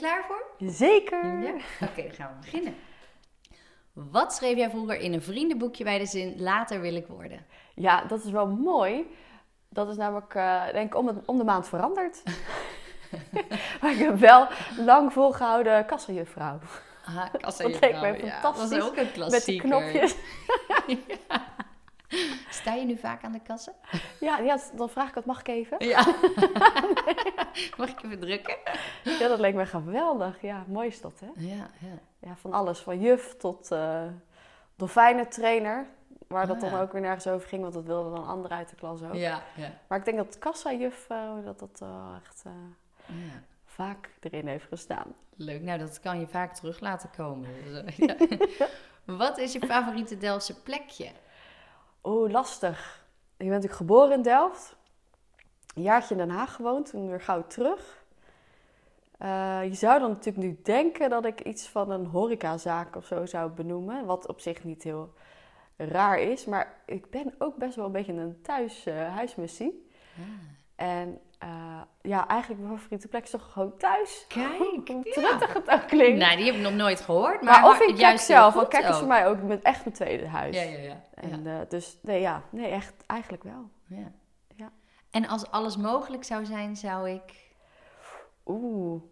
Klaar voor? Zeker. Ja. Oké, dan gaan we beginnen. Wat schreef jij vroeger in een vriendenboekje bij de zin later wil ik worden? Ja, dat is wel mooi. Dat is namelijk, denk ik, om de maand veranderd. Maar ik heb wel lang volgehouden kassajuffrouw. Kassajuffrouw. Dat leek mij fantastisch. Dat is ook een Met klassieker. die knopjes. Ja. Sta je nu vaak aan de kassa? Ja, dan vraag ik wat, mag ik even? Ja. Mag ik even drukken? Ja, dat leek mij geweldig. Ja, mooi is dat, hè? Ja. Ja, van alles. Van juf tot dolfijnentrainer. Waar dat dan ook weer nergens over ging, want dat wilden dan anderen uit de klas ook. Ja. Maar ik denk dat kassajuffrouw, dat echt vaak erin heeft gestaan. Leuk, nou dat kan je vaak terug laten komen. Dus, ja. Wat is je favoriete Delftse plekje? Oeh, lastig. Ik ben natuurlijk geboren in Delft. Een jaartje in Den Haag gewoond, toen weer gauw terug. Je zou dan natuurlijk nu denken dat ik iets van een horecazaak of zo zou benoemen. Wat op zich niet heel raar is. Maar ik ben ook best wel een beetje een huismissie. En eigenlijk mijn favoriete plek is toch gewoon thuis. Kijk, Hoe truttig het ook klinkt. Nou, die heb ik nog nooit gehoord. Maar of ik kijk zelf, want kijk kijk is voor mij ook echt mijn tweede huis. Ja. En dus, echt eigenlijk wel. Ja. Ja. En als alles mogelijk zou zijn, zou ik... Oeh.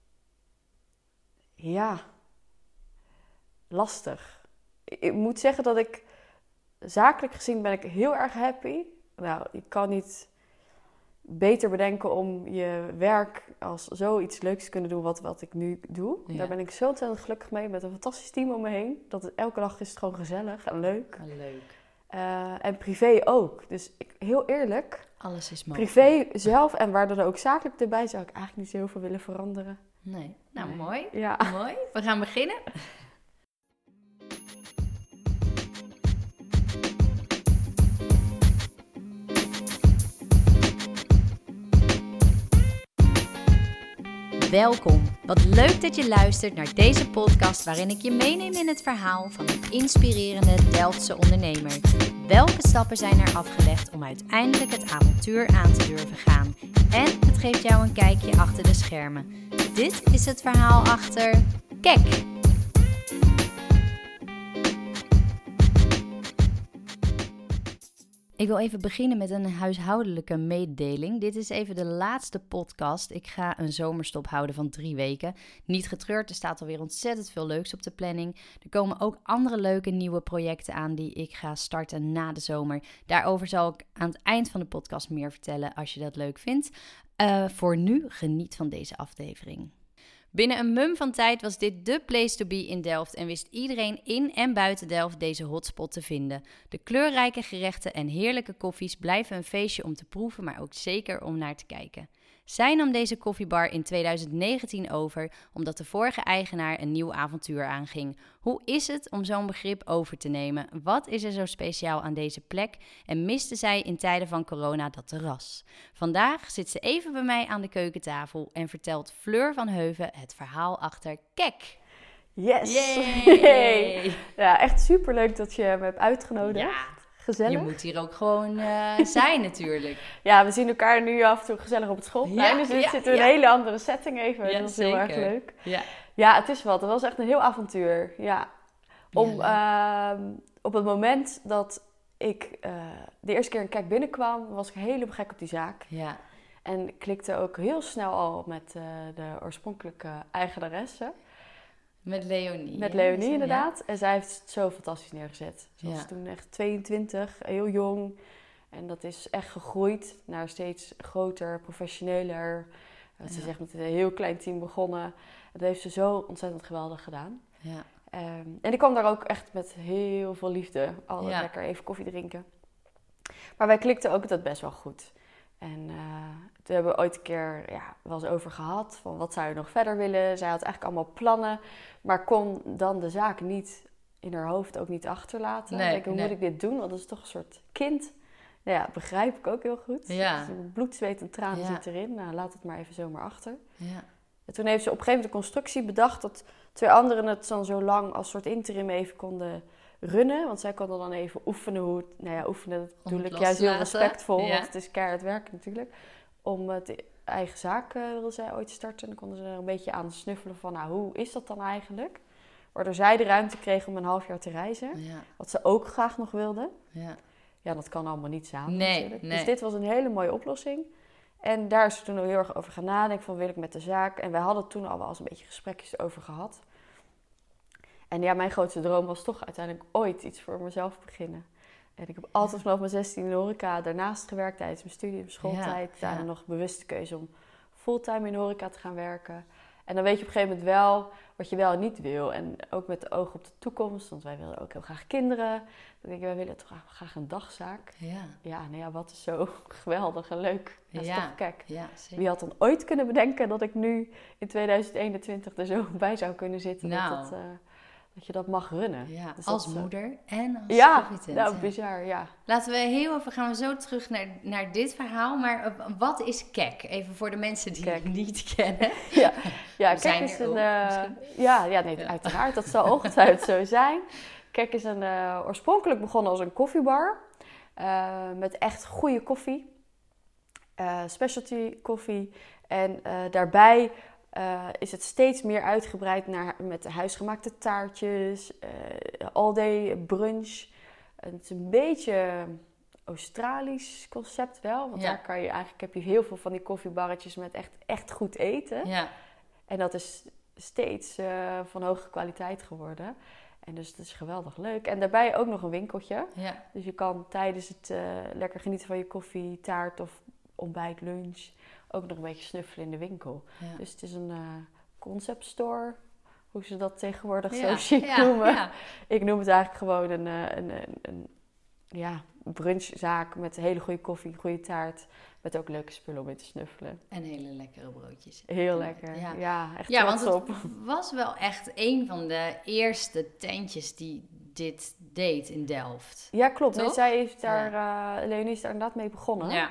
Ja. Lastig. Ik moet zeggen dat ik... Zakelijk gezien ben ik heel erg happy. Nou, je kan niet beter bedenken om je werk als zoiets leuks te kunnen doen wat ik nu doe. Ja. Daar ben ik zo ontzettend gelukkig mee. Met een fantastisch team om me heen. Elke dag is het gewoon gezellig en leuk. Leuk. En privé ook. Dus heel eerlijk... Alles is mogelijk. Privé zelf en waar dan ook zakelijk erbij zou ik eigenlijk niet zo heel veel willen veranderen. Nee. Nou, mooi. Ja. Mooi. We gaan beginnen. Welkom. Wat leuk dat je luistert naar deze podcast waarin ik je meeneem in het verhaal van een inspirerende Delftse ondernemer. Welke stappen zijn er afgelegd om uiteindelijk het avontuur aan te durven gaan? En het geeft jou een kijkje achter de schermen. Dit is het verhaal achter Kek. Ik wil even beginnen met een huishoudelijke mededeling. Dit is even de laatste podcast. Ik ga een zomerstop houden van 3 weken. Niet getreurd, er staat alweer ontzettend veel leuks op de planning. Er komen ook andere leuke nieuwe projecten aan die ik ga starten na de zomer. Daarover zal ik aan het eind van de podcast meer vertellen als je dat leuk vindt. Voor nu, geniet van deze aflevering. Binnen een mum van tijd was dit dé place to be in Delft en wist iedereen in en buiten Delft deze hotspot te vinden. De kleurrijke gerechten en heerlijke koffies blijven een feestje om te proeven, maar ook zeker om naar te kijken. Zij nam deze koffiebar in 2019 over, omdat de vorige eigenaar een nieuw avontuur aanging. Hoe is het om zo'n begrip over te nemen? Wat is er zo speciaal aan deze plek? En miste zij in tijden van corona dat terras? Vandaag zit ze even bij mij aan de keukentafel en vertelt Fleur van Heuven het verhaal achter Kek. Yes! Yay! Ja, echt superleuk dat je me hebt uitgenodigd. Ja, gezellig. je moet hier ook gewoon zijn natuurlijk. Ja, we zien elkaar nu af en toe gezellig op het schoolplein. Dus dit zit in een hele andere setting even. Ja, dat is heel erg leuk. Ja. Ja, het is wat. Het was echt een heel avontuur. Ja. Op het moment dat ik de eerste keer een Kek binnenkwam, was ik helemaal gek op die zaak. Ja. En klikte ook heel snel al met de oorspronkelijke eigenaresse. Met Leonie. Met Leonie inderdaad. En zij heeft het zo fantastisch neergezet. Ze was toen echt 22, heel jong. En dat is echt gegroeid naar steeds groter, professioneler. Ze zegt met een heel klein team begonnen. Dat heeft ze zo ontzettend geweldig gedaan. Ja. En ik kwam daar ook echt met heel veel liefde. Altijd lekker even koffie drinken. Maar wij klikten ook altijd best wel goed. En toen hebben we ooit een keer wel eens over gehad. Van wat zou je nog verder willen? Zij had eigenlijk allemaal plannen. Maar kon dan de zaak niet in haar hoofd ook niet achterlaten. Hoe moet ik dit doen? Want dat is toch een soort kind. Nou ja, begrijp ik ook heel goed. Ja. Dus bloed, zweet en tranen zit erin. Nou, laat het maar even zomaar achter. Ja. En toen heeft ze op een gegeven moment de constructie bedacht dat 2 anderen het dan zo lang als soort interim even konden runnen. Want zij konden dan even oefenen hoe het... Nou ja, oefenen dat bedoel ik juist heel respectvol. Ja. Want het is keihard werk natuurlijk. Om het eigen zaak wilde zij ooit starten. En dan konden ze er een beetje aan snuffelen van, nou, hoe is dat dan eigenlijk? Waardoor zij de ruimte kreeg om een half jaar te reizen. Ja. Wat ze ook graag nog wilde. Ja. Ja, dat kan allemaal niet samen Nee, natuurlijk. nee. Dus dit was een hele mooie oplossing. En daar is ze toen ook heel erg over gaan nadenken van, wil ik met de zaak? En wij hadden toen al wel eens een beetje gesprekjes over gehad. En ja, mijn grootste droom was toch uiteindelijk ooit iets voor mezelf beginnen. En ik heb altijd vanaf mijn 16 in de horeca daarnaast gewerkt tijdens mijn studie, mijn schooltijd. Daarna nog bewust de keuze om fulltime in de horeca te gaan werken. En dan weet je op een gegeven moment wel wat je wel en niet wil. En ook met de oog op de toekomst, want wij wilden ook heel graag kinderen. Dan denk ik, wij willen toch graag een dagzaak. Ja. Ja, nou ja, wat is zo geweldig en leuk. Dat is toch gek. Ja, zeker. Wie had dan ooit kunnen bedenken dat ik nu in 2021 er zo bij zou kunnen zitten. Nou. Dat je dat mag runnen. Ja, Dus als dat, moeder en als koffietент. ja, bizar, ja. Laten we heel even, gaan we zo terug naar dit verhaal. Maar wat is KEK? Even voor de mensen die het niet kennen. Ja, KEK is een... uiteraard. Dat zal ongetwijfeld zo zijn. KEK is oorspronkelijk begonnen als een koffiebar. Met echt goede koffie. Specialty koffie. En daarbij... is het steeds meer uitgebreid met huisgemaakte taartjes, all-day brunch. Het is een beetje Australisch concept wel. Want daar heb je heel veel van die koffiebarretjes met echt goed eten. Ja. En dat is steeds van hoge kwaliteit geworden. En dus het is geweldig leuk. En daarbij ook nog een winkeltje. Ja. Dus je kan tijdens het lekker genieten van je koffie, taart of ontbijt, lunch... ook nog een beetje snuffelen in de winkel. Ja. Dus het is een concept store, hoe ze dat tegenwoordig zo chic noemen. Ja. Ik noem het eigenlijk gewoon een brunchzaak met hele goede koffie, goede taart. Met ook leuke spullen om in te snuffelen. En hele lekkere broodjes. Heel lekker. Ja, echt want het was wel echt een van de eerste tentjes die dit deed in Delft. Ja, klopt. Nee, zij heeft daar, Leonie is daar inderdaad mee begonnen. Ja.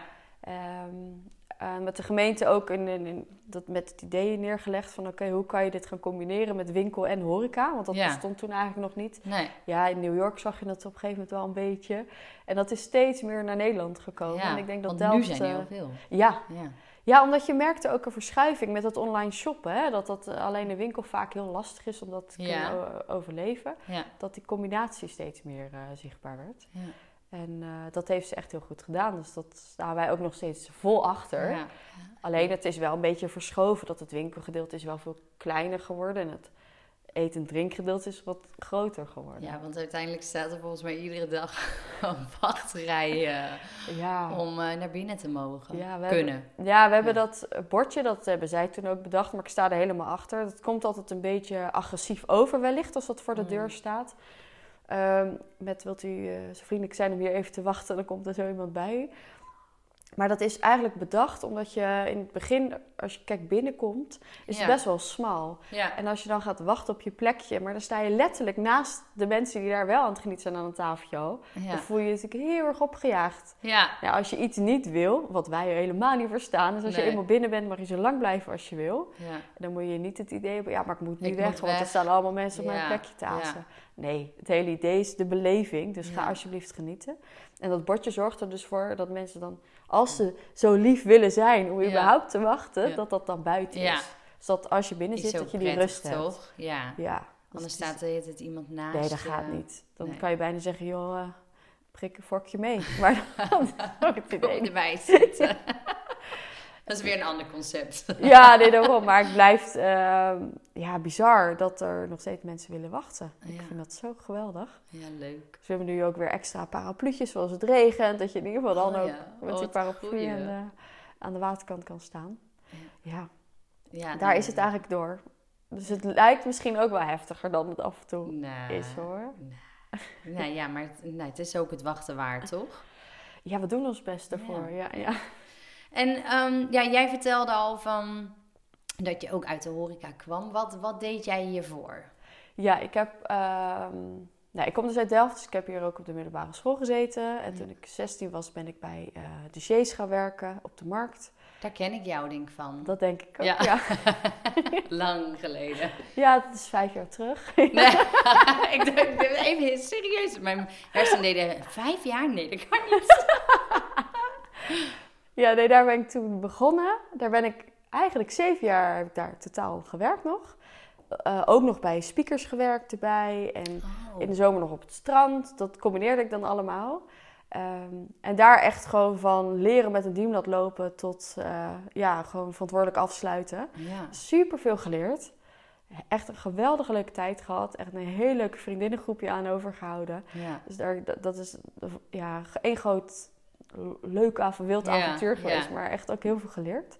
Met de gemeente ook met het idee neergelegd van oké, hoe kan je dit gaan combineren met winkel en horeca? Want dat bestond toen eigenlijk nog niet. Nee. Ja, in New York zag je dat op een gegeven moment wel een beetje. En dat is steeds meer naar Nederland gekomen. Ja, en ik denk dat want Delft, nu zijn heel veel. Ja, omdat je merkte ook een verschuiving met het online shoppen. Hè? Dat alleen de winkel vaak heel lastig is om dat te kunnen overleven. Ja. Dat die combinatie steeds meer zichtbaar werd. Ja. En dat heeft ze echt heel goed gedaan. Dus dat staan wij ook nog steeds vol achter. Ja. Alleen het is wel een beetje verschoven. Dat het winkelgedeelte is wel veel kleiner geworden. En het eten- en drinkgedeelte is wat groter geworden. Ja, want uiteindelijk staat er volgens mij iedere dag een wachtrij om naar binnen te mogen. We hebben dat bordje, dat hebben zij toen ook bedacht. Maar ik sta er helemaal achter. Dat komt altijd een beetje agressief over wellicht als dat voor de deur staat. Wilt u zo vriendelijk zijn om hier even te wachten, dan komt er zo iemand bij u. Maar dat is eigenlijk bedacht omdat je in het begin, als je binnenkomt, is het best wel smal. Ja. En als je dan gaat wachten op je plekje, maar dan sta je letterlijk naast de mensen die daar wel aan het genieten zijn aan een tafeltje. Dan voel je je natuurlijk heel erg opgejaagd. Ja. Nou, als je iets niet wil, wat wij helemaal niet verstaan, is als je eenmaal binnen bent, mag je zo lang blijven als je wil. Ja. En dan moet je niet het idee hebben, maar ik moet nu weg, want er staan allemaal mensen op mijn plekje te azen. Ja. Nee, het hele idee is de beleving, dus ga alsjeblieft genieten. En dat bordje zorgt er dus voor dat mensen dan, als ze zo lief willen zijn om überhaupt te wachten, dat dan buiten is. Dus dat als je binnen zit, dat je die rust hebt. Toch? Ja. Anders staat er het iemand naast. Nee, dat gaat niet. Dan kan je bijna zeggen, joh, prik een vorkje mee. Maar dat is ook het idee. Kom erbij zitten. Dat is weer een ander concept. Ja, nee, daarom. Maar het blijft bizar dat er nog steeds mensen willen wachten. Ik vind dat zo geweldig. Ja, leuk. Dus we hebben nu ook weer extra parapluutjes zoals het regent. Dat je in ieder geval dan ook met die paraplu aan de waterkant kan staan. Ja, daar is het eigenlijk door. Dus het lijkt misschien ook wel heftiger dan het af en toe is, hoor. Nee, maar het is ook het wachten waard, toch? Ja, we doen ons best ervoor. Ja. En jij vertelde al dat je ook uit de horeca kwam. Wat deed jij hiervoor? Ja, ik kom dus uit Delft, dus ik heb hier ook op de middelbare school gezeten. En toen ik 16 was, ben ik bij de Sjees gaan werken op de markt. Daar ken ik jou denk van. Dat denk ik ook, ja. Lang geleden. Ja, dat is 5 jaar terug. Nee, ik dacht even serieus. Mijn hersenen deden 5 jaar? Nee, dat kan niet. Ja, nee, daar ben ik toen begonnen. Daar ben ik eigenlijk 7 jaar heb ik daar totaal gewerkt nog. Ook nog bij speakers gewerkt erbij. En in de zomer nog op het strand. Dat combineerde ik dan allemaal. En daar echt gewoon van leren met een dienblad lopen tot gewoon verantwoordelijk afsluiten. Ja. Super veel geleerd. Echt een geweldige leuke tijd gehad. Echt een heel leuk vriendinnengroepje aan overgehouden. Ja. Dus dat is één groot leuk wild avontuur geweest. Maar echt ook heel veel geleerd.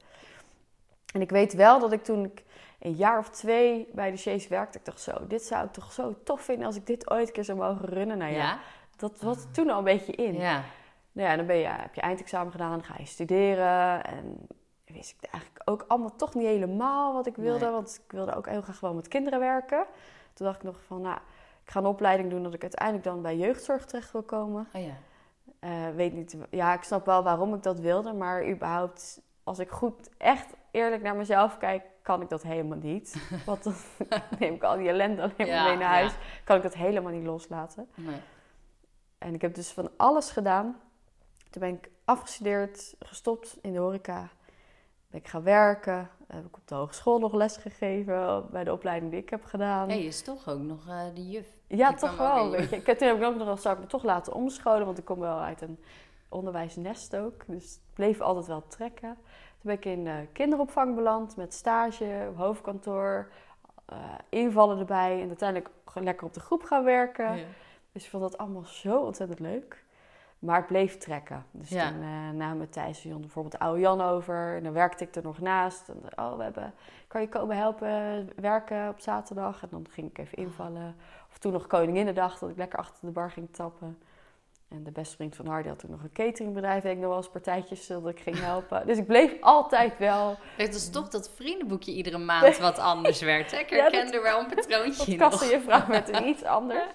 En ik weet wel dat ik toen ik een jaar of 2 bij de Chase werkte, ik dacht zo, dit zou ik toch zo tof vinden als ik dit ooit een keer zou mogen runnen. Nou ja, dat was toen al een beetje in. Ja. Nou ja, dan heb je eindexamen gedaan, ga je studeren. En wist ik eigenlijk ook allemaal toch niet helemaal wat ik wilde. Nee. Want ik wilde ook heel graag gewoon met kinderen werken. Toen dacht ik nog van, ik ga een opleiding doen dat ik uiteindelijk dan bij jeugdzorg terecht wil komen. Oh ja. Weet niet, ik snap wel waarom ik dat wilde. Maar überhaupt, als ik goed echt eerlijk naar mezelf kijk, kan ik dat helemaal niet. Want dan neem ik al die ellende alleen maar mee naar huis. Kan ik dat helemaal niet loslaten. Nee. En ik heb dus van alles gedaan. Toen ben ik afgestudeerd, gestopt in de horeca. Ben ik gaan werken. Heb ik op de hogeschool nog les gegeven bij de opleiding die ik heb gedaan. Hé, is toch ook nog de juf? Ja, toch wel. Weet je. Toen heb ik ook nog, zou ik me toch laten omscholen. Want ik kom wel uit een onderwijsnest ook. Dus het bleef altijd wel trekken. Toen ben ik in kinderopvang beland met stage, hoofdkantoor, invallen erbij. En uiteindelijk lekker op de groep gaan werken. Ja. Dus ik vond dat allemaal zo ontzettend leuk. Maar het bleef trekken. Dus toen namen Thijs en Jon bijvoorbeeld oude Jan over. En dan werkte ik er nog naast. En, kan je komen helpen werken op zaterdag? En dan ging ik even invallen. Of toen nog Koninginnedag, dat ik lekker achter de bar ging tappen. En de beste vriend van Hardy had toen nog een cateringbedrijf. En ik nog wel eens partijtjes dat ik ging helpen. Dus ik bleef altijd wel... Het is toch dat vriendenboekje iedere maand wat anders werd. Hè? Ik herkende wel een patroontje nog. Kassenjuffrouw met iets anders.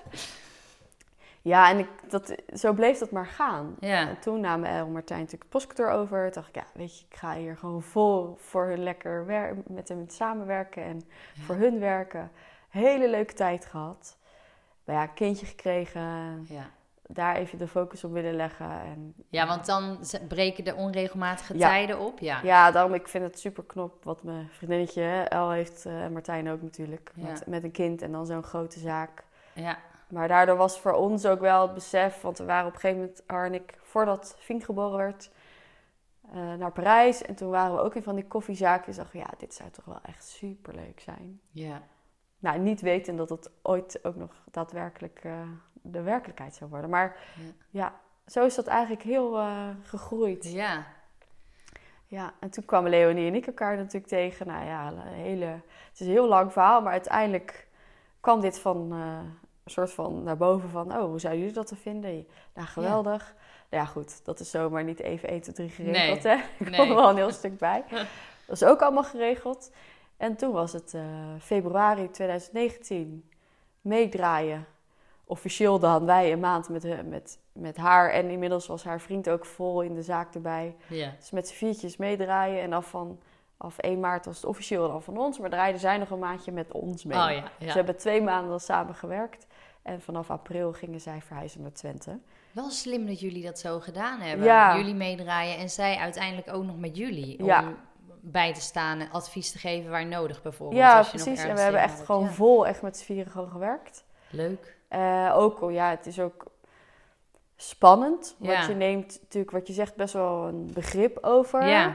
Ja, en zo bleef dat maar gaan. Ja. En toen nam Martijn natuurlijk het postkantoor over. Toen dacht ik, weet je, ik ga hier gewoon vol voor hun lekker met hem samenwerken en voor hun werken. Hele leuke tijd gehad. Maar kindje gekregen. Ja. Daar even de focus op willen leggen. En, want dan breken de onregelmatige tijden op. Ja, daarom ik vind het super knop wat mijn vriendinnetje El heeft. En Martijn ook natuurlijk. Met een kind en dan zo'n grote zaak. Ja. Maar daardoor was voor ons ook wel het besef, want we waren op een gegeven moment, Har en ik, voordat Fink geboren werd, naar Parijs. En toen waren we ook in van die koffiezaakjes. Dachten dit zou toch wel echt superleuk zijn. Ja. Nou, niet weten dat het ooit ook nog daadwerkelijk de werkelijkheid zou worden. Maar zo is dat eigenlijk heel gegroeid. Ja. Ja, en toen kwamen Leonie en ik elkaar natuurlijk tegen. Nou ja, het is een heel lang verhaal, maar uiteindelijk kwam dit van... een soort van naar boven van, hoe zouden jullie dat vinden? Nou, geweldig. Ja, goed, dat is zomaar niet even 1, 2, 3 geregeld, hè? Er kwam wel een heel stuk bij. Dat is ook allemaal geregeld. En toen was het februari 2019, meedraaien. Officieel dan wij een maand met haar. En inmiddels was haar vriend ook vol in de zaak erbij. Ja. Dus met z'n 4 meedraaien. En af 1 maart was het officieel dan van ons. Maar draaiden zij nog een maandje met ons mee. Oh, ja. Ze hebben 2 maanden al samen gewerkt. En vanaf april gingen zij verhuizen naar Twente. Wel slim dat jullie dat zo gedaan hebben. Ja. Jullie meedraaien en zij uiteindelijk ook nog met jullie. Om bij te staan en advies te geven waar nodig bijvoorbeeld. Ja, als je precies. Nog en we hebben echt gewoon vol echt met z'n 4 gewoon gewerkt. Leuk. Het is ook spannend. Want je neemt natuurlijk wat je zegt best wel een begrip over. Ja.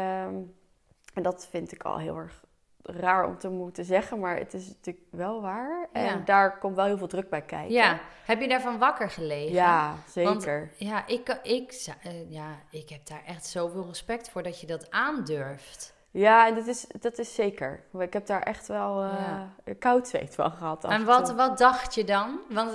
En dat vind ik al heel erg raar om te moeten zeggen, maar het is natuurlijk wel waar. En daar komt wel heel veel druk bij kijken. Ja, heb je daarvan wakker gelegen? Ja, zeker. Want, ik heb daar echt zoveel respect voor dat je dat aandurft. Ja, en dat is zeker. Ik heb daar echt wel koud zweet van gehad. En wat dacht je dan? Want,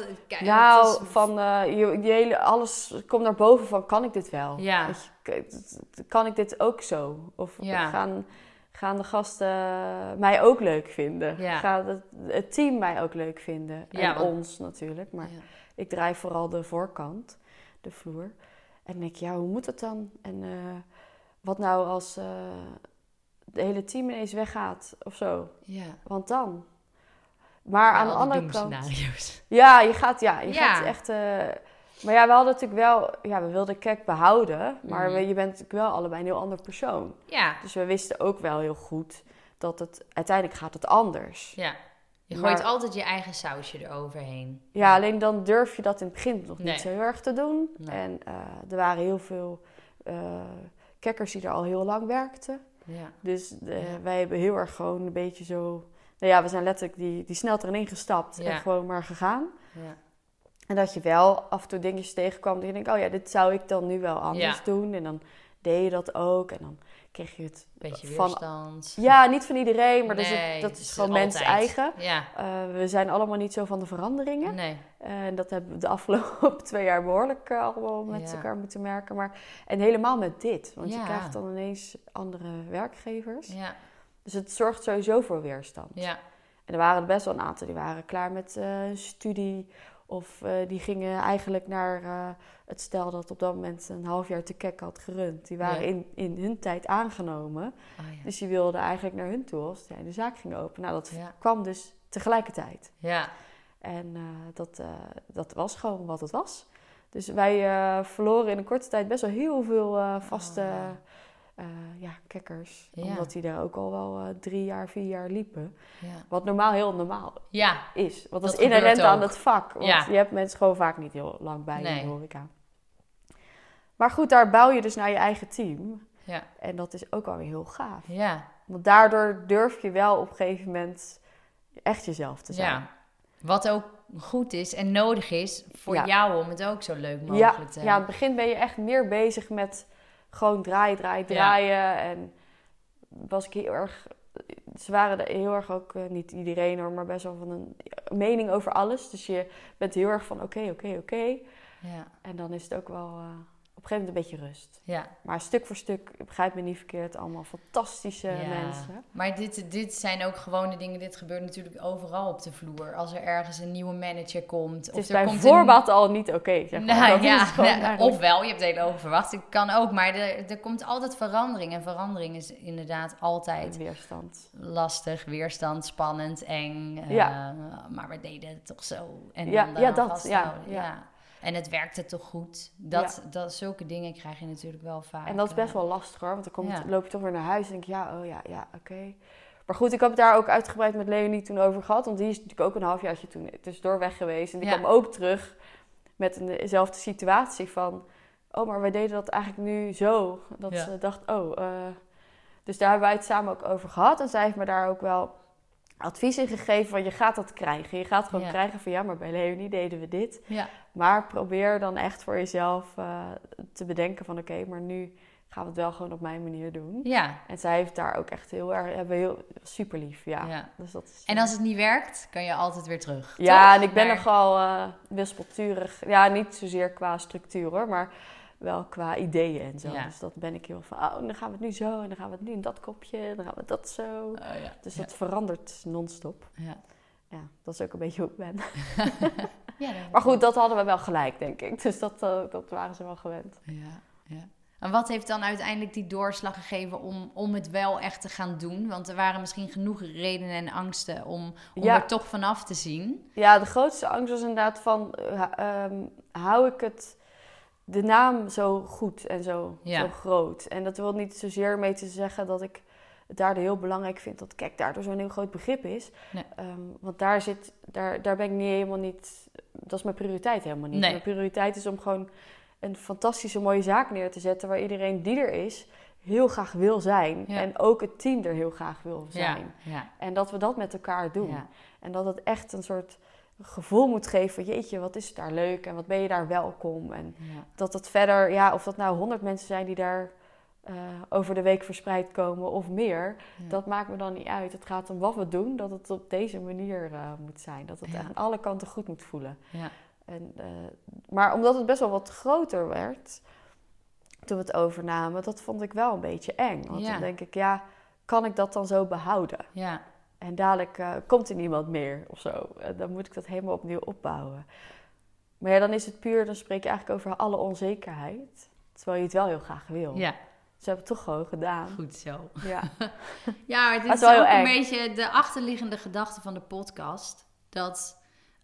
alles komt naar boven van, kan ik dit wel? Ja. Kan ik dit ook zo? Of gaan de gasten mij ook leuk vinden? Ja. Gaat het team mij ook leuk vinden? En ons natuurlijk. Maar ik draai vooral de voorkant, de vloer. En dan denk ik, hoe moet het dan? En wat nou als de hele team ineens weggaat of zo? Ja. Want dan? Maar aan de andere kant... scenario's. Ja, je gaat echt... Maar ja, we hadden natuurlijk wel... Ja, we wilden Kek behouden. Maar je bent natuurlijk wel allebei een heel ander persoon. Ja. Dus we wisten ook wel heel goed dat het... Uiteindelijk gaat het anders. Ja. Je gooit altijd je eigen sausje eroverheen. Ja, alleen dan durf je dat in het begin nog Nee. niet zo heel erg te doen. Nee. En er waren heel veel kekkers die er al heel lang werkten. Ja. Dus wij hebben heel erg gewoon een beetje zo... Nou ja, we zijn letterlijk die snel erin gestapt en gewoon maar gegaan. Ja. En dat je wel af en toe dingetjes tegenkwam dat je denkt... oh ja, dit zou ik dan nu wel anders doen. En dan deed je dat ook. En dan kreeg je het Beetje van... weerstand. Ja, niet van iedereen, maar dat is gewoon altijd. mens eigen. Ja. We zijn allemaal niet zo van de veranderingen. Nee. En dat hebben we de afgelopen 2 jaar behoorlijk allemaal met elkaar moeten merken. En helemaal met dit. Want je krijgt dan ineens andere werkgevers. Ja. Dus het zorgt sowieso voor weerstand. Ja. En er waren er best wel een aantal die waren klaar met studie. Of die gingen eigenlijk naar het stel dat op dat moment een half jaar te Kek had gerund. Die waren in hun tijd aangenomen. Oh, ja. Dus die wilden eigenlijk naar hun toe als zij de zaak gingen openen. Nou, dat kwam dus tegelijkertijd. Ja. En dat was gewoon wat het was. Dus wij verloren in een korte tijd best wel heel veel vaste kekkers. Ja. Omdat die daar ook al wel 3 jaar, 4 jaar liepen. Ja. Wat normaal heel normaal is. Want dat is inherent gebeurt aan ook. het vak. Want je hebt mensen gewoon vaak niet heel lang bij in de horeca. Maar goed, daar bouw je dus naar je eigen team. Ja. En dat is ook alweer heel gaaf. Ja. Want daardoor durf je wel op een gegeven moment echt jezelf te zijn. Ja. Wat ook goed is en nodig is voor jou om het ook zo leuk mogelijk te hebben. Ja, aan het begin ben je echt meer bezig met gewoon draaien. En was ik heel erg... Ze waren er heel erg ook, niet iedereen hoor, maar best wel van een mening over alles. Dus je bent heel erg van oké. Ja. En dan is het ook wel op een gegeven moment een beetje rust. Ja. Maar stuk voor stuk, begrijp me niet verkeerd, allemaal fantastische mensen. Maar dit zijn ook gewone dingen. Dit gebeurt natuurlijk overal op de vloer. Als er ergens een nieuwe manager komt. Het of is er bij voorbaat al niet oké. Ofwel, je hebt het hele over verwachting. Kan ook, maar er komt altijd verandering. En verandering is inderdaad altijd weerstand. Lastig, weerstand, spannend, eng. Maar we deden het toch zo. En ja. En het werkte toch goed. Zulke dingen krijg je natuurlijk wel vaak. En dat is best wel lastig hoor. Want dan loop je toch weer naar huis en denk je, oké. Maar goed, ik heb het daar ook uitgebreid met Leonie toen over gehad. Want die is natuurlijk ook een halfjaartje toen tussendoor weg geweest. En die kwam ook terug met dezelfde situatie van... Oh, maar wij deden dat eigenlijk nu zo. Dat ze dacht, Dus daar hebben wij het samen ook over gehad. En zij heeft me daar ook wel advies in gegeven van je gaat dat krijgen. Je gaat gewoon krijgen van maar bij Leonie deden we dit. Ja. Maar probeer dan echt voor jezelf te bedenken van oké, maar nu gaan we het wel gewoon op mijn manier doen. Ja. En zij heeft daar ook echt heel super lief. Ja. Dus dat is, en als het niet werkt, kan je altijd weer terug. Ja, toch? En ik ben nogal wispelturig. Ja, niet zozeer qua structuur hoor, maar wel qua ideeën en zo. Ja. Dus dat ben ik heel van, dan gaan we het nu zo en dan gaan we het nu in dat kopje en dan gaan we dat zo. Dus dat verandert non-stop. Ja, dat is ook een beetje hoe ik ben. Maar goed, dat hadden we wel gelijk, denk ik. Dus dat waren ze wel gewend. Ja. En wat heeft dan uiteindelijk die doorslag gegeven om het wel echt te gaan doen? Want er waren misschien genoeg redenen en angsten om er toch vanaf te zien. Ja, de grootste angst was inderdaad van, hou ik de naam zo goed en zo groot. En dat wil niet zozeer mee te zeggen dat ik het daardoor heel belangrijk vind dat daardoor zo'n heel groot begrip is. Nee. Want daar ben ik helemaal niet... Dat is mijn prioriteit helemaal niet. Nee. Mijn prioriteit is om gewoon een fantastische mooie zaak neer te zetten waar iedereen die er is heel graag wil zijn. Ja. En ook het team er heel graag wil zijn. Ja. En dat we dat met elkaar doen. Ja. En dat het echt een soort gevoel moet geven van jeetje, wat is het daar leuk en wat ben je daar welkom. En dat het verder, of dat nou 100 mensen zijn die daar over de week verspreid komen of meer, dat maakt me dan niet uit. Het gaat om wat we doen, dat het op deze manier moet zijn. Dat het aan alle kanten goed moet voelen. Ja. En, maar omdat het best wel wat groter werd toen we het overnamen, dat vond ik wel een beetje eng. Want dan denk ik, kan ik dat dan zo behouden? Ja. En dadelijk komt er niemand meer of zo. Dan moet ik dat helemaal opnieuw opbouwen. Maar dan is het puur, dan spreek je eigenlijk over alle onzekerheid. Terwijl je het wel heel graag wil. Ja. Dus we hebben het toch gewoon gedaan. Goed zo. Ja, het is ook een beetje de achterliggende gedachte van de podcast. Dat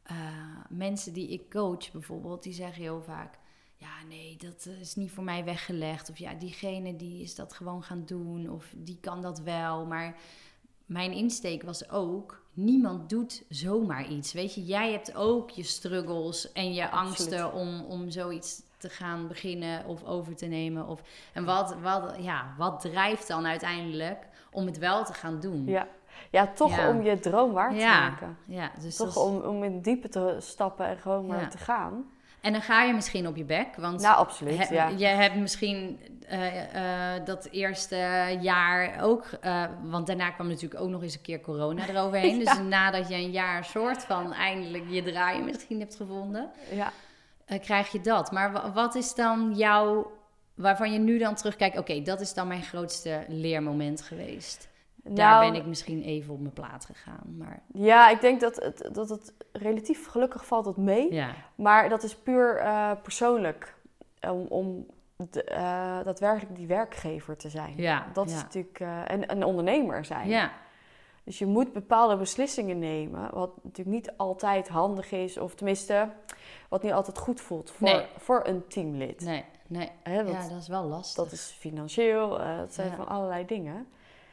mensen die ik coach bijvoorbeeld, die zeggen heel vaak... Ja, nee, dat is niet voor mij weggelegd. Of ja, diegene die is dat gewoon gaan doen. Of die kan dat wel. Maar mijn insteek was ook... Niemand doet zomaar iets. Weet je, jij hebt ook je struggles en je angsten om zoiets te gaan beginnen of over te nemen. En wat drijft dan uiteindelijk om het wel te gaan doen? Ja, toch om je droom waar te maken. Ja, dus toch om in diepe te stappen en gewoon maar te gaan. En dan ga je misschien op je bek. Want absoluut, je hebt misschien dat eerste jaar ook... want daarna kwam natuurlijk ook nog eens een keer corona eroverheen. Dus nadat je een jaar soort van eindelijk je draai misschien hebt gevonden... krijg je dat. Maar wat is dan waarvan je nu dan terugkijkt... Oké, dat is dan mijn grootste leermoment geweest. Daar ben ik misschien even op mijn plaat gegaan. Maar... Ja, ik denk dat het relatief gelukkig valt het mee. Ja. Maar dat is puur persoonlijk. Om daadwerkelijk die werkgever te zijn. Ja, dat is natuurlijk... en een ondernemer zijn. Ja. Dus je moet bepaalde beslissingen nemen. Wat natuurlijk niet altijd handig is. Of tenminste, wat niet altijd goed voelt voor een teamlid. Nee. Dat is wel lastig. Dat is financieel. Dat zijn van allerlei dingen.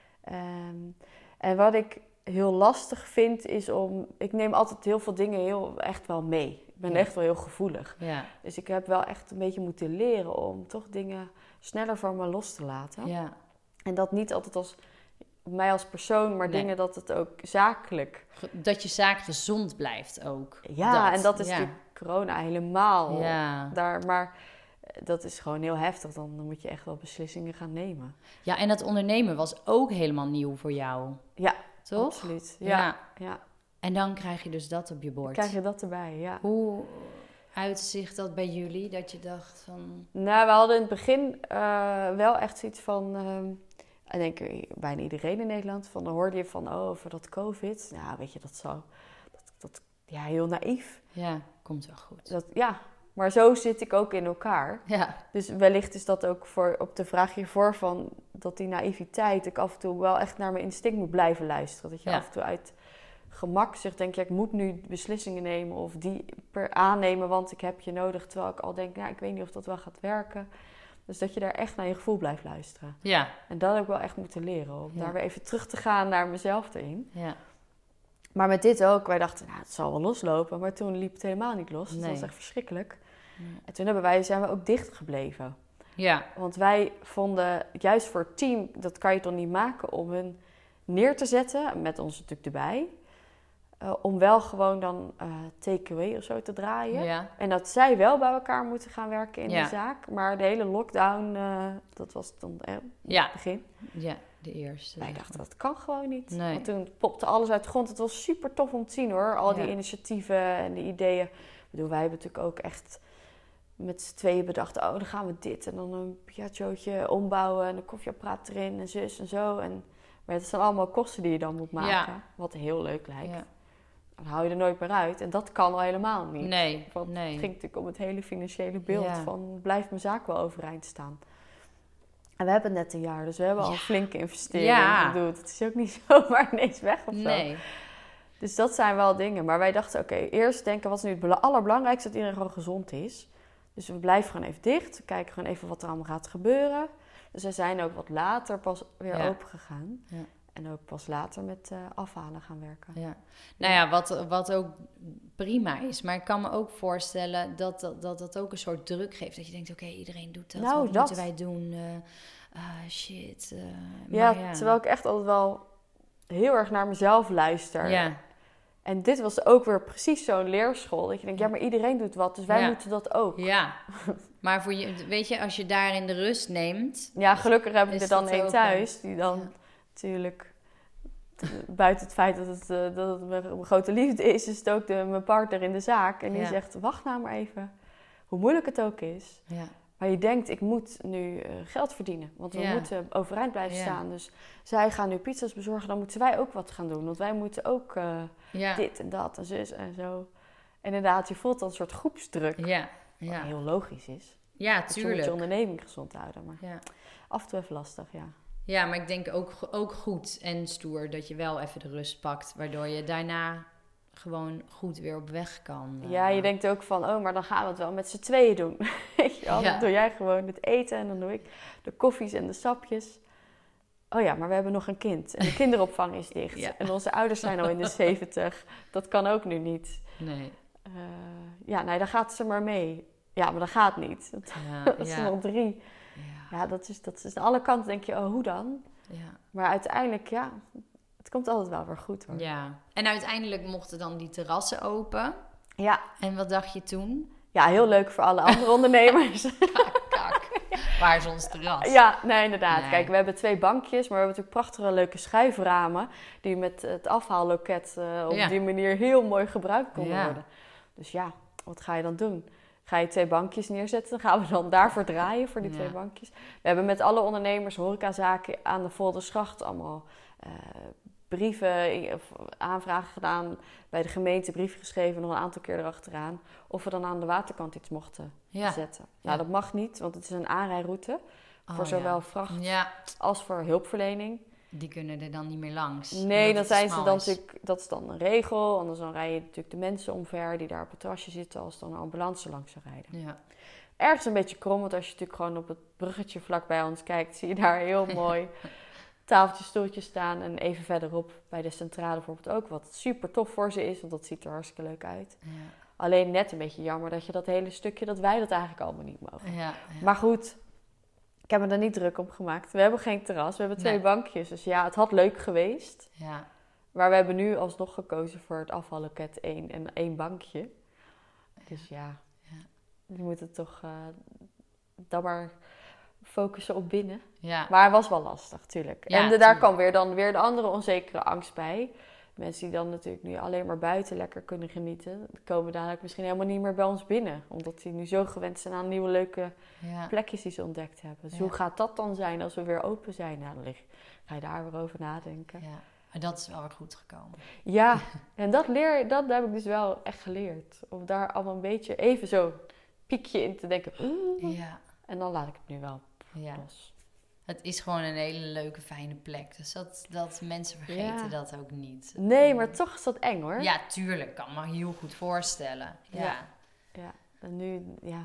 En wat ik heel lastig vind is ik neem altijd heel veel dingen echt wel mee. Ik ben echt wel heel gevoelig. Ja. Dus ik heb wel echt een beetje moeten leren om toch dingen sneller van me los te laten. Ja. En dat niet altijd als mij als persoon, maar dingen dat het ook zakelijk... Dat je zaak gezond blijft ook. Ja, en dat is natuurlijk corona helemaal daar, maar... Dat is gewoon heel heftig. Dan moet je echt wel beslissingen gaan nemen. Ja, en dat ondernemen was ook helemaal nieuw voor jou. Ja, toch? Absoluut. Ja. En dan krijg je dus dat op je bord. Krijg je dat erbij, ja. Hoe uitzicht dat bij jullie? Dat je dacht van... Nou, we hadden in het begin wel echt zoiets van... ik denk bijna iedereen in Nederland. Dan hoorde je van, over dat COVID. Nou, weet je, dat heel naïef. Ja, komt wel goed. Maar zo zit ik ook in elkaar. Ja. Dus wellicht is dat ook op de vraag hiervoor van... dat die naïviteit, ik af en toe wel echt naar mijn instinct moet blijven luisteren. Dat je af en toe uit gemak zegt, denk je, ik moet nu beslissingen nemen... of die aannemen, want ik heb je nodig. Terwijl ik al denk, ik weet niet of dat wel gaat werken. Dus dat je daar echt naar je gevoel blijft luisteren. Ja. En dat heb ik wel echt moeten leren. Om daar weer even terug te gaan naar mezelf erin. Ja. Maar met dit ook, wij dachten, het zal wel loslopen. Maar toen liep het helemaal niet los. Het was echt verschrikkelijk. En toen zijn we ook dicht gebleven. Ja. Want wij vonden, juist voor het team, dat kan je toch niet maken om hun neer te zetten. Met ons natuurlijk erbij. Om wel gewoon dan takeaway of zo te draaien. Ja. En dat zij wel bij elkaar moeten gaan werken in de zaak. Maar de hele lockdown, dat was dan het begin. Ja. De eerste. Wij dachten, dat kan gewoon niet. Nee. Want toen popte alles uit de grond. Het was super tof om te zien hoor. Al die initiatieven en die ideeën. Ik bedoel, wij hebben natuurlijk ook echt met z'n tweeën bedacht... dan gaan we dit en dan een piaggiootje ombouwen... en een koffieapparaat erin en zus en zo. Maar het zijn allemaal kosten die je dan moet maken. Ja. Wat heel leuk lijkt. Ja. Dan hou je er nooit meer uit. En dat kan al helemaal niet. Nee. Want het ging natuurlijk om het hele financiële beeld... van blijft mijn zaak wel overeind staan. En we hebben net een jaar, dus we hebben al een flinke investering gedoe. Het is ook niet zomaar ineens weg of zo. Dus dat zijn wel dingen. Maar wij dachten, eerst denken, wat is nu het allerbelangrijkste? Dat iedereen gewoon gezond is. Dus we blijven gewoon even dicht. We kijken gewoon even wat er allemaal gaat gebeuren. Dus we zijn ook wat later pas weer open gegaan. Ja. En ook pas later met afhalen gaan werken. Ja. Nou ja, wat ook prima is. Maar ik kan me ook voorstellen dat ook een soort druk geeft. Dat je denkt, iedereen doet dat. Wat moeten wij doen? Shit. Terwijl ik echt altijd wel heel erg naar mezelf luister. Ja. En dit was ook weer precies zo'n leerschool. Dat je denkt, maar iedereen doet wat. Dus wij moeten dat ook. Ja. Maar voor je, weet je, als je daarin de rust neemt... Ja, gelukkig heb ik er dan één thuis. Die dan natuurlijk... Buiten het feit dat het mijn grote liefde is het ook mijn partner in de zaak. En die zegt, wacht nou maar even. Hoe moeilijk het ook is. Ja. Maar je denkt, ik moet nu geld verdienen. Want we moeten overeind blijven staan. Dus zij gaan nu pizza's bezorgen. Dan moeten wij ook wat gaan doen. Want wij moeten ook dit en dat en zus en zo. En inderdaad, je voelt dan een soort groepsdruk. Ja. Wat heel logisch is. Ja, tuurlijk. Je moet je onderneming gezond houden. Maar af en toe even lastig, Ja, maar ik denk ook goed en stoer dat je wel even de rust pakt. Waardoor je daarna gewoon goed weer op weg kan. Ja, je denkt ook van, oh, maar dan gaan we het wel met z'n tweeën doen. Weet je wel? Ja. Dan doe jij gewoon het eten en dan doe ik de koffies en de sapjes. Oh ja, maar we hebben nog een kind. En de kinderopvang is dicht. Ja. En onze ouders zijn al in de 70. Dat kan ook nu niet. Nee. Nee, dan gaat ze maar mee. Ja, maar dat gaat niet. Dat is nog 3. Ja, dat is aan alle kanten denk je, oh, hoe dan? Ja. Maar uiteindelijk, ja, het komt altijd wel weer goed hoor. Ja. En uiteindelijk mochten dan die terrassen open. Ja. En wat dacht je toen? Ja, heel leuk voor alle andere ondernemers. Kak. Waar is ons terras? Ja, nee, inderdaad. Nee. Kijk, we hebben 2 bankjes, maar we hebben natuurlijk prachtige leuke schuiframen die met het afhaalloket op die manier heel mooi gebruikt konden worden. Dus ja, wat ga je dan doen? Ga je 2 bankjes neerzetten? Dan gaan we dan daarvoor draaien, voor die 2 bankjes. We hebben met alle ondernemers, horecazaken aan de Voldersgracht allemaal brieven of aanvragen gedaan. Bij de gemeente brief geschreven, nog een aantal keer erachteraan. Of we dan aan de waterkant iets mochten zetten. Nou, dat mag niet, want het is een aanrijroute. Voor zowel vracht als voor hulpverlening. Die kunnen er dan niet meer langs. Nee, dan zijn ze dan natuurlijk, dat is dan een regel. Anders dan rij je natuurlijk de mensen omver die daar op het terrasje zitten als dan een ambulance langs zou rijden. Ja. Ergens een beetje krom, want als je natuurlijk gewoon op het bruggetje vlak bij ons kijkt, zie je daar heel mooi tafeltjes, stoeltjes staan. En even verderop bij de centrale bijvoorbeeld ook, wat super tof voor ze is, want dat ziet er hartstikke leuk uit. Ja. Alleen net een beetje jammer dat je dat hele stukje, dat wij dat eigenlijk allemaal niet mogen. Ja. Maar goed, ik heb me er niet druk om gemaakt. We hebben geen terras, we hebben 2 bankjes. Dus ja, het had leuk geweest. Ja. Maar we hebben nu alsnog gekozen voor het afvalloket 1 en 1 bankje. Dus ja, je moet het toch dan maar focussen op binnen. Ja. Maar het was wel lastig, tuurlijk. Ja, en daar kwam weer de andere onzekere angst bij. Mensen die dan natuurlijk nu alleen maar buiten lekker kunnen genieten, komen dadelijk misschien helemaal niet meer bij ons binnen. Omdat die nu zo gewend zijn aan nieuwe leuke plekjes die ze ontdekt hebben. Dus hoe gaat dat dan zijn als we weer open zijn? Nou, dan ga je daar weer over nadenken. Ja, maar dat is wel weer goed gekomen. Ja, en dat heb ik dus wel echt geleerd. Om daar allemaal een beetje even zo piekje in te denken. Ja. En dan laat ik het nu wel los. Het is gewoon een hele leuke, fijne plek. Dus dat mensen vergeten dat ook niet. Nee, maar toch is dat eng hoor. Ja, tuurlijk. Kan me heel goed voorstellen. Ja. En nu,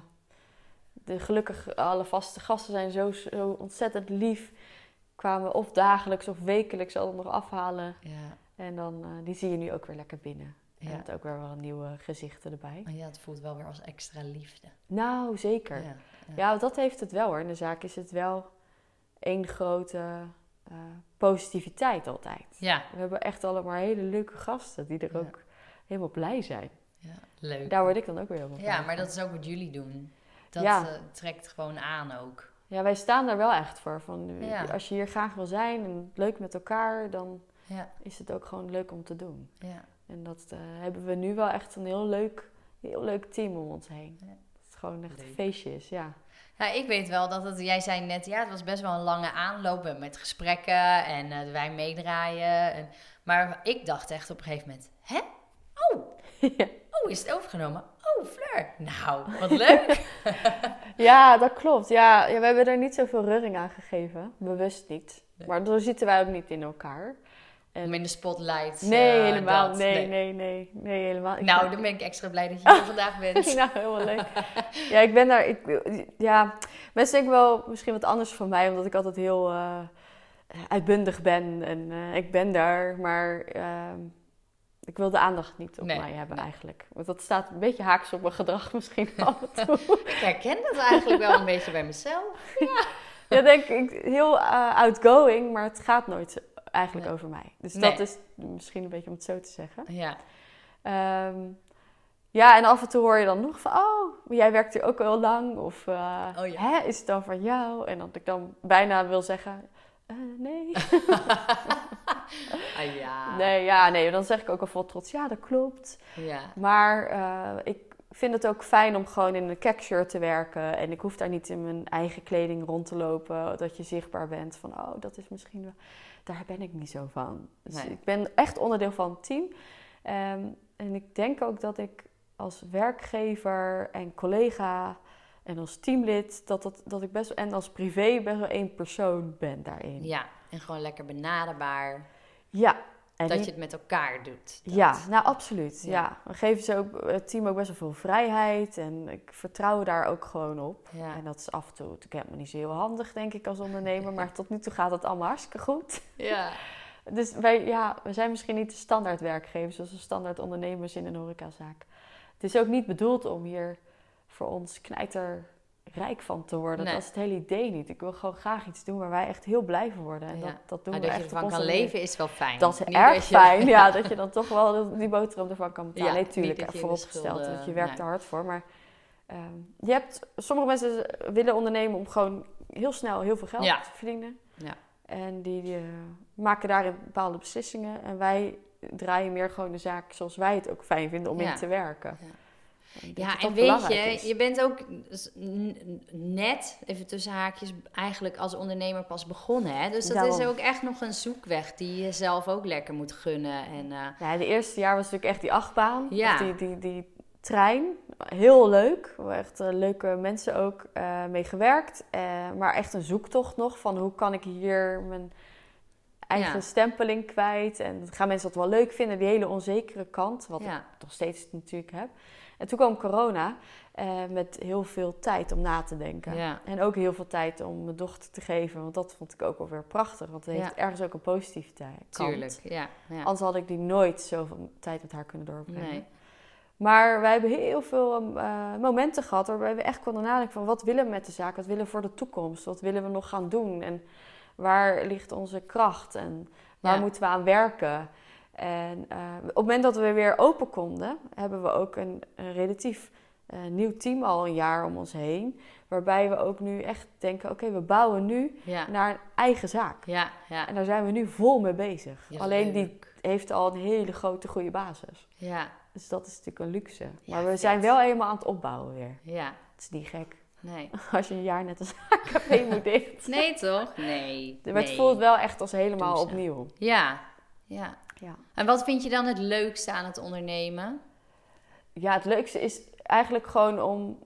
gelukkig alle vaste gasten zijn zo ontzettend lief. Kwamen of dagelijks of wekelijks altijd nog afhalen. Ja. En dan, die zie je nu ook weer lekker binnen. Ja. En ook weer wel nieuwe gezichten erbij. Maar ja, het voelt wel weer als extra liefde. Nou, zeker. Ja, dat heeft het wel hoor. In de zaak is het wel één grote positiviteit altijd. Ja. We hebben echt allemaal hele leuke gasten die er ook helemaal blij zijn. Ja, leuk. Daar word ik dan ook weer helemaal blij van. Maar dat is ook wat jullie doen. Dat trekt gewoon aan ook. Ja, wij staan daar wel echt voor. Als je hier graag wil zijn en leuk met elkaar, dan is het ook gewoon leuk om te doen. Ja. En dat hebben we nu wel echt een heel leuk team om ons heen. Ja. Dat het gewoon echt een feestje is, ja. Nou, ik weet wel dat jij zei net, het was best wel een lange aanloop met gesprekken en wij meedraaien. Maar ik dacht echt op een gegeven moment, hè? Oh, is het overgenomen? Oh, Fleur. Nou, wat leuk. Ja, dat klopt. Ja, we hebben er niet zoveel reuring aan gegeven. Bewust niet. Nee. Maar zo zitten wij ook niet in elkaar. Om in de spotlight. Nee, helemaal. Nee, helemaal. Nou, dan ben ik extra blij dat je hier vandaag bent. Nou, helemaal leuk. Ja, ik ben daar. Mensen denken wel misschien wat anders van mij, omdat ik altijd heel uitbundig ben. En ik ben daar, maar ik wil de aandacht niet op mij hebben eigenlijk. Want dat staat een beetje haaks op mijn gedrag misschien af en toe. Ik herken dat eigenlijk wel een beetje bij mezelf. Ja, denk ik heel outgoing, maar het gaat nooit eigenlijk over mij. Dus dat is misschien een beetje om het zo te zeggen. Ja. En af en toe hoor je dan nog van, jij werkt hier ook heel lang. Of, is het dan van jou? En dat ik dan bijna wil zeggen, nee. Nee, dan zeg ik ook al vol trots, ja, dat klopt. Ja. Maar ik vind het ook fijn om gewoon in een kekshirt te werken. En ik hoef daar niet in mijn eigen kleding rond te lopen. Dat je zichtbaar bent van, dat is misschien wel... Daar ben ik niet zo van. Dus ik ben echt onderdeel van het team. En ik denk ook dat ik als werkgever en collega en als teamlid... dat ik best en als privé best wel één persoon ben daarin. Ja, en gewoon lekker benaderbaar. Ja, En dat je het met elkaar doet. Dat. Ja, nou absoluut. Ja. We geven ze ook, het team ook best wel veel vrijheid. En ik vertrouw daar ook gewoon op. Ja. En dat is af en toe, ik heb me niet zo heel handig, denk ik, als ondernemer. Maar tot nu toe gaat het allemaal hartstikke goed. Ja. Dus we zijn misschien niet de standaard werkgevers, zoals de standaard ondernemers in een horecazaak. Het is ook niet bedoeld om hier voor ons knijterrijk van te worden. Nee. Dat is het hele idee niet. Ik wil gewoon graag iets doen waar wij echt heel blij van worden. En dat doen we dat echt je ervan op onze kan manier. leven is wel fijn. Dat is Niet erg dat je... fijn, ja, dat je dan toch wel die boterham ervan kan betalen. Ja, nee, tuurlijk, niet dat je vooropgesteld, in de schulden- dat je werkt nee. er hard voor. Maar sommige mensen willen ondernemen om gewoon heel snel heel veel geld Ja. te verdienen. Ja. En die maken daarin bepaalde beslissingen. En wij draaien meer gewoon de zaak zoals wij het ook fijn vinden om in te werken. Ja. Ik denk Ja, dat en dat weet belangrijk je, is. je bent ook net, even tussen haakjes, eigenlijk als ondernemer pas begonnen. Hè? Dus dat Daarom. is ook echt nog een zoekweg die je zelf ook lekker moet gunnen. En, Ja, de eerste jaar was natuurlijk echt die achtbaan. Ja. Of die trein. Heel leuk. Echt leuke mensen ook mee gewerkt. Maar echt een zoektocht nog van hoe kan ik hier mijn eigen stempeling kwijt. En gaan mensen dat wel leuk vinden. Die hele onzekere kant. Wat ik nog steeds natuurlijk heb. En toen kwam corona met heel veel tijd om na te denken. Ja. En ook heel veel tijd om mijn dochter te geven. Want dat vond ik ook wel weer prachtig. Want het heeft ergens ook een positieve kant. Tuurlijk, ja. Anders had ik die nooit zoveel tijd met haar kunnen doorbrengen. Nee. Maar wij hebben heel veel momenten gehad waarbij we echt konden nadenken van wat willen we met de zaak? Wat willen we voor de toekomst? Wat willen we nog gaan doen? En waar ligt onze kracht? En waar moeten we aan werken? En op het moment dat we weer open konden, hebben we ook een relatief nieuw team al een jaar om ons heen. Waarbij we ook nu echt denken, oké, we bouwen nu naar een eigen zaak. Ja, ja. En daar zijn we nu vol mee bezig. Ja, alleen leuk. die heeft al een hele grote, goede basis. Ja, Dus dat is natuurlijk een luxe. Ja, Maar we vet. zijn wel helemaal aan het opbouwen weer. ja. Het is niet gek. Nee. Als je een jaar net een zaakcafé moet dicht. Nee, toch? Nee. Maar het voelt wel echt als helemaal Doe ze. opnieuw. Ja, ja. Ja. En wat vind je dan het leukste aan het ondernemen? Ja, het leukste is eigenlijk gewoon om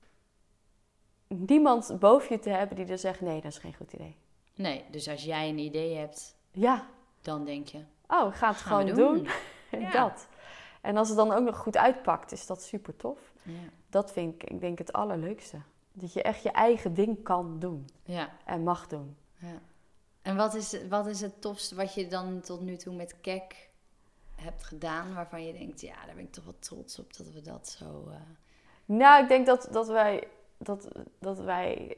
niemand boven je te hebben die er zegt, nee, dat is geen goed idee. Nee, dus als jij een idee hebt, Ja, dan denk je... oh, ik ga het Gaan we gewoon doen. Ja. Dat. En als het dan ook nog goed uitpakt, is dat super tof. Ja. Dat vind ik denk het allerleukste. Dat je echt je eigen ding kan doen Ja. en mag doen. Ja. En wat is het tofste wat je dan tot nu toe met Kek hebt gedaan, waarvan je denkt, ja, daar ben ik toch wel trots op dat we dat zo... Nou, ik denk dat wij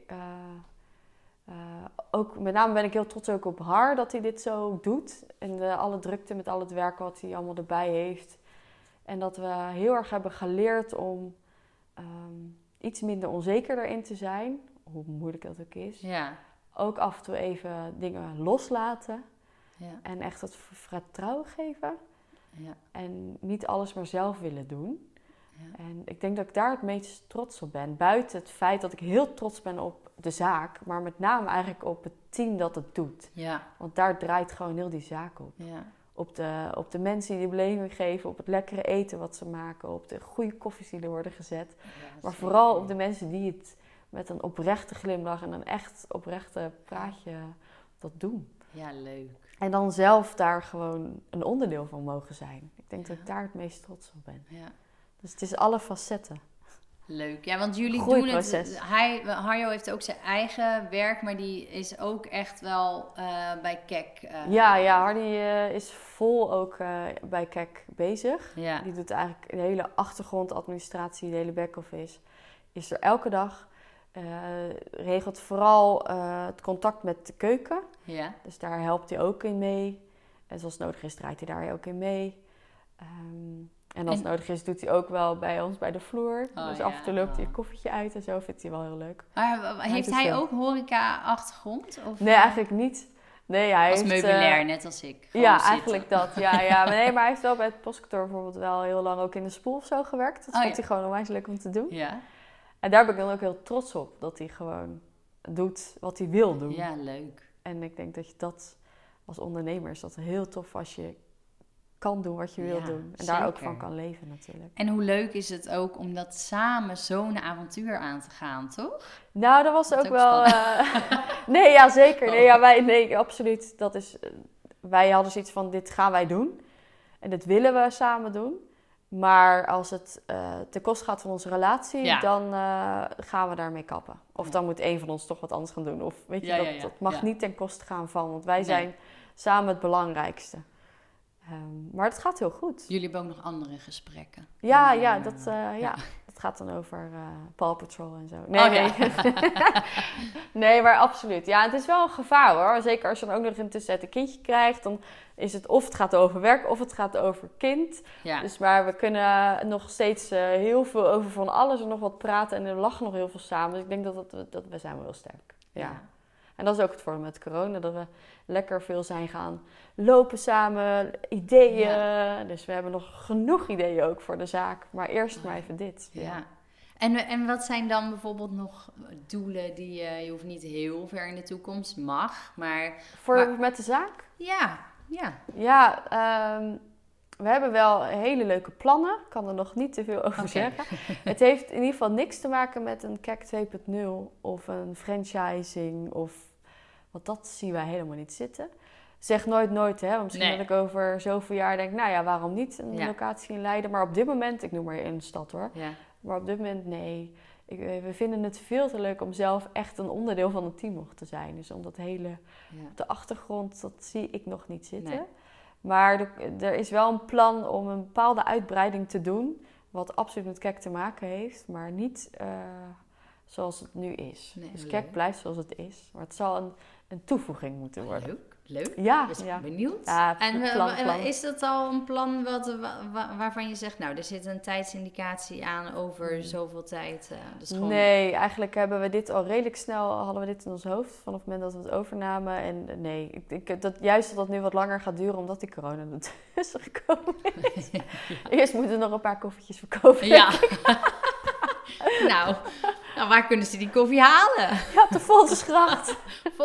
ook, met name ben ik heel trots ook op Har dat hij dit zo doet. En alle drukte met al het werk wat hij allemaal erbij heeft. En dat we heel erg hebben geleerd om iets minder onzeker erin te zijn. Hoe moeilijk dat ook is. Ja. Ook af en toe even dingen loslaten. Ja. En echt het vertrouwen geven. Ja. En niet alles maar zelf willen doen. Ja. En ik denk dat ik daar het meest trots op ben. Buiten het feit dat ik heel trots ben op de zaak. Maar met name eigenlijk op het team dat het doet. Ja. Want daar draait gewoon heel die zaak op. Ja. Op de mensen die de beleving geven. Op het lekkere eten wat ze maken. Op de goede koffies die er worden gezet. Maar vooral op de mensen die het met een oprechte glimlach en een echt oprechte praatje dat doen. Ja, leuk. En dan zelf daar gewoon een onderdeel van mogen zijn. Ik denk dat ik daar het meest trots op ben. Ja. Dus het is alle facetten. Leuk. Ja, want jullie doen Groeiproces. het... Harjo heeft ook zijn eigen werk, maar die is ook echt wel bij Kek. Ja, Hardy is vol ook bij Kek bezig. Ja. Die doet eigenlijk de hele achtergrondadministratie, de hele back-office. Is er elke dag. Regelt vooral het contact met de keuken. Ja. Dus daar helpt hij ook in mee. En zoals het nodig is, draait hij daar ook in mee. En als het nodig is, doet hij ook wel bij ons bij de vloer. Oh, dus ja. af en toe loopt hij een koffietje uit en zo. Vindt hij wel heel leuk. Maar heeft doet hij zo. ook horeca-achtergrond? Of, Nee, eigenlijk niet. Nee, hij als heeft, meubilair, net als ik. Gewoon Ja, zitten. eigenlijk dat. Ja. Maar hij heeft wel bij het postkantoor bijvoorbeeld wel heel lang ook in de spoel of zo gewerkt. Dat vond hij gewoon onwijs leuk om te doen. Ja. En daar ben ik dan ook heel trots op. Dat hij gewoon doet wat hij wil doen. Ja, leuk. En ik denk dat je dat als ondernemer is dat heel tof als je kan doen wat je wil Ja, doen. En daar ook zeker. van kan leven natuurlijk. En hoe leuk is het ook om dat samen zo'n avontuur aan te gaan, toch? Nou, dat was Dat ook ook wel... nee, ja, zeker. Nee, absoluut. Dat is... wij hadden zoiets van, dit gaan wij doen. En dit willen we samen doen. Maar als het ten koste gaat van onze relatie, dan gaan we daarmee kappen. Of dan moet een van ons toch wat anders gaan doen. Of weet je, dat mag niet ten koste gaan van. Want wij zijn samen het belangrijkste. Maar het gaat heel goed. Jullie hebben ook nog andere gesprekken. Dat gaat dan over Paw Patrol en zo. Nee. Nee, maar absoluut. Ja, het is wel een gevaar hoor. Zeker als je dan ook nog intussen een kindje krijgt. Dan is het of het gaat over werk of het gaat over kind. Ja. Dus maar we kunnen nog steeds heel veel over van alles en nog wat praten. En we lachen nog heel veel samen. Dus ik denk dat we zijn wel heel sterk. Ja. En dat is ook het voordeel met corona. Dat we lekker veel zijn gaan lopen samen. Ideeën. Ja. Dus we hebben nog genoeg ideeën ook voor de zaak. Maar eerst maar even dit. Ja. En wat zijn dan bijvoorbeeld nog doelen die je hoeft niet heel ver in de toekomst, mag. Maar met de zaak? Ja. We hebben wel hele leuke plannen. Ik kan er nog niet te veel over zeggen. Het heeft in ieder geval niks te maken met een KEK 2.0 of een franchising. Want dat zien wij helemaal niet zitten. Zeg nooit, hè. Want misschien dat ik over zoveel jaar denk, nou ja, waarom niet een locatie in Leiden. Maar op dit moment, ik noem maar in een stad hoor. Ja. Maar op dit moment, nee. We vinden het veel te leuk om zelf echt een onderdeel van het team nog te zijn. Dus om dat hele op de achtergrond, dat zie ik nog niet zitten. Nee. Maar er is wel een plan om een bepaalde uitbreiding te doen. Wat absoluut met KEK te maken heeft. Maar niet zoals het nu is. Nee, dus KEK blijft zoals het is. Maar het zal een toevoeging moeten worden. Leuk. Ja. We zijn benieuwd. Ja, plan. Is dat al een plan waarvan je zegt, nou, er zit een tijdsindicatie aan over zoveel tijd? Gewoon... Nee, eigenlijk hebben we dit al redelijk snel, hadden we dit in ons hoofd vanaf het moment dat we het overnamen. En nee, juist dat het nu wat langer gaat duren omdat die corona ertussen gekomen is. Eerst moeten we nog een paar koffietjes verkopen. Ja. Nou, waar kunnen ze die koffie halen? Ja, op de Voldersgracht.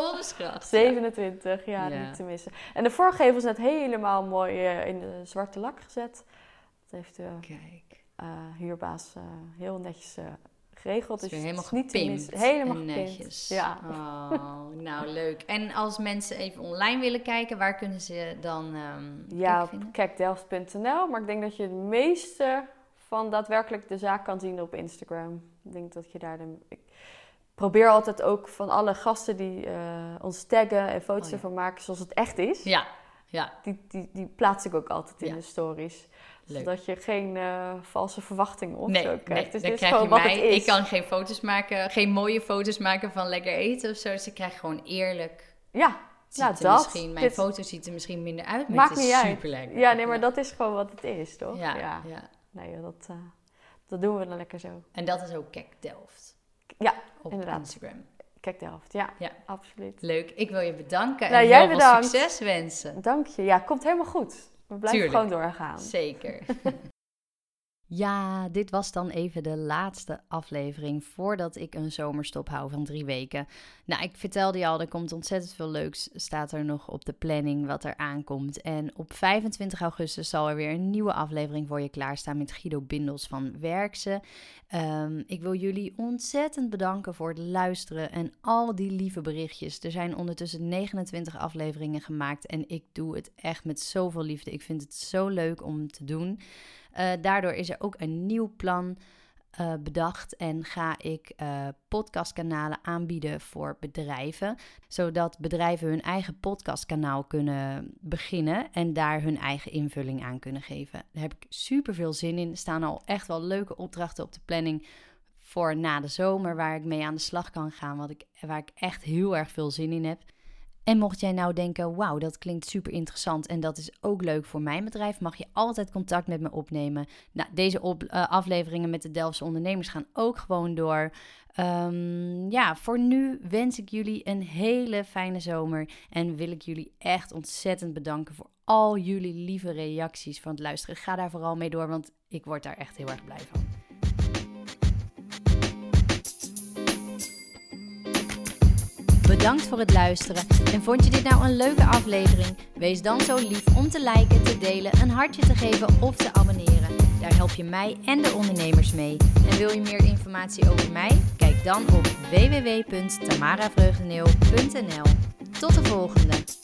27, niet te missen. En de voorgevel is net helemaal mooi in de zwarte lak gezet. Dat heeft de huurbaas heel netjes geregeld. Dus helemaal gepimpt. Helemaal netjes. Ja. Oh, nou leuk. En als mensen even online willen kijken, waar kunnen ze dan op kekdelft.nl. Maar ik denk dat je het meeste van daadwerkelijk de zaak kan zien op Instagram. Ik denk dat je daar ik probeer altijd ook van alle gasten die ons taggen en foto's ervan maken zoals het echt is. Ja. Die plaats ik ook altijd in de stories. Zodat je geen valse verwachtingen of zo krijgt. Dus dan krijg je mij. Ik kan geen foto's maken, geen mooie foto's maken van lekker eten of zo. Dus ik krijg gewoon eerlijk. Ja. Mijn foto ziet er misschien minder uit, maar het is super lekker. Ja, nee, maar dat is gewoon wat het is, toch? Ja. Nee, dat doen we dan lekker zo. En dat is ook KEK Delft? Ja, op inderdaad. Instagram. KEK Delft, ja, absoluut. Leuk, ik wil je bedanken en heel veel succes wensen. Dank je. Ja, komt helemaal goed. We blijven gewoon doorgaan. Zeker. Ja, dit was dan even de laatste aflevering voordat ik een zomerstop hou van 3 weken. Nou, ik vertelde je al, er komt ontzettend veel leuks, staat er nog op de planning wat er aankomt. En op 25 augustus zal er weer een nieuwe aflevering voor je klaarstaan met Guido Bindels van Werkse. Ik wil jullie ontzettend bedanken voor het luisteren en al die lieve berichtjes. Er zijn ondertussen 29 afleveringen gemaakt en ik doe het echt met zoveel liefde. Ik vind het zo leuk om te doen. Daardoor is er ook een nieuw plan bedacht en ga ik podcastkanalen aanbieden voor bedrijven, zodat bedrijven hun eigen podcastkanaal kunnen beginnen en daar hun eigen invulling aan kunnen geven. Daar heb ik super veel zin in. Er staan al echt wel leuke opdrachten op de planning voor na de zomer waar ik mee aan de slag kan gaan, waar ik echt heel erg veel zin in heb. En mocht jij nou denken, wauw, dat klinkt super interessant en dat is ook leuk voor mijn bedrijf, mag je altijd contact met me opnemen. Nou, deze afleveringen met de Delftse ondernemers gaan ook gewoon door. Voor nu wens ik jullie een hele fijne zomer en wil ik jullie echt ontzettend bedanken voor al jullie lieve reacties van het luisteren. Ga daar vooral mee door, want ik word daar echt heel erg blij van. Bedankt voor het luisteren en vond je dit nou een leuke aflevering? Wees dan zo lief om te liken, te delen, een hartje te geven of te abonneren. Daar help je mij en de ondernemers mee. En wil je meer informatie over mij? Kijk dan op www.tamaravreugdeneel.nl. Tot de volgende!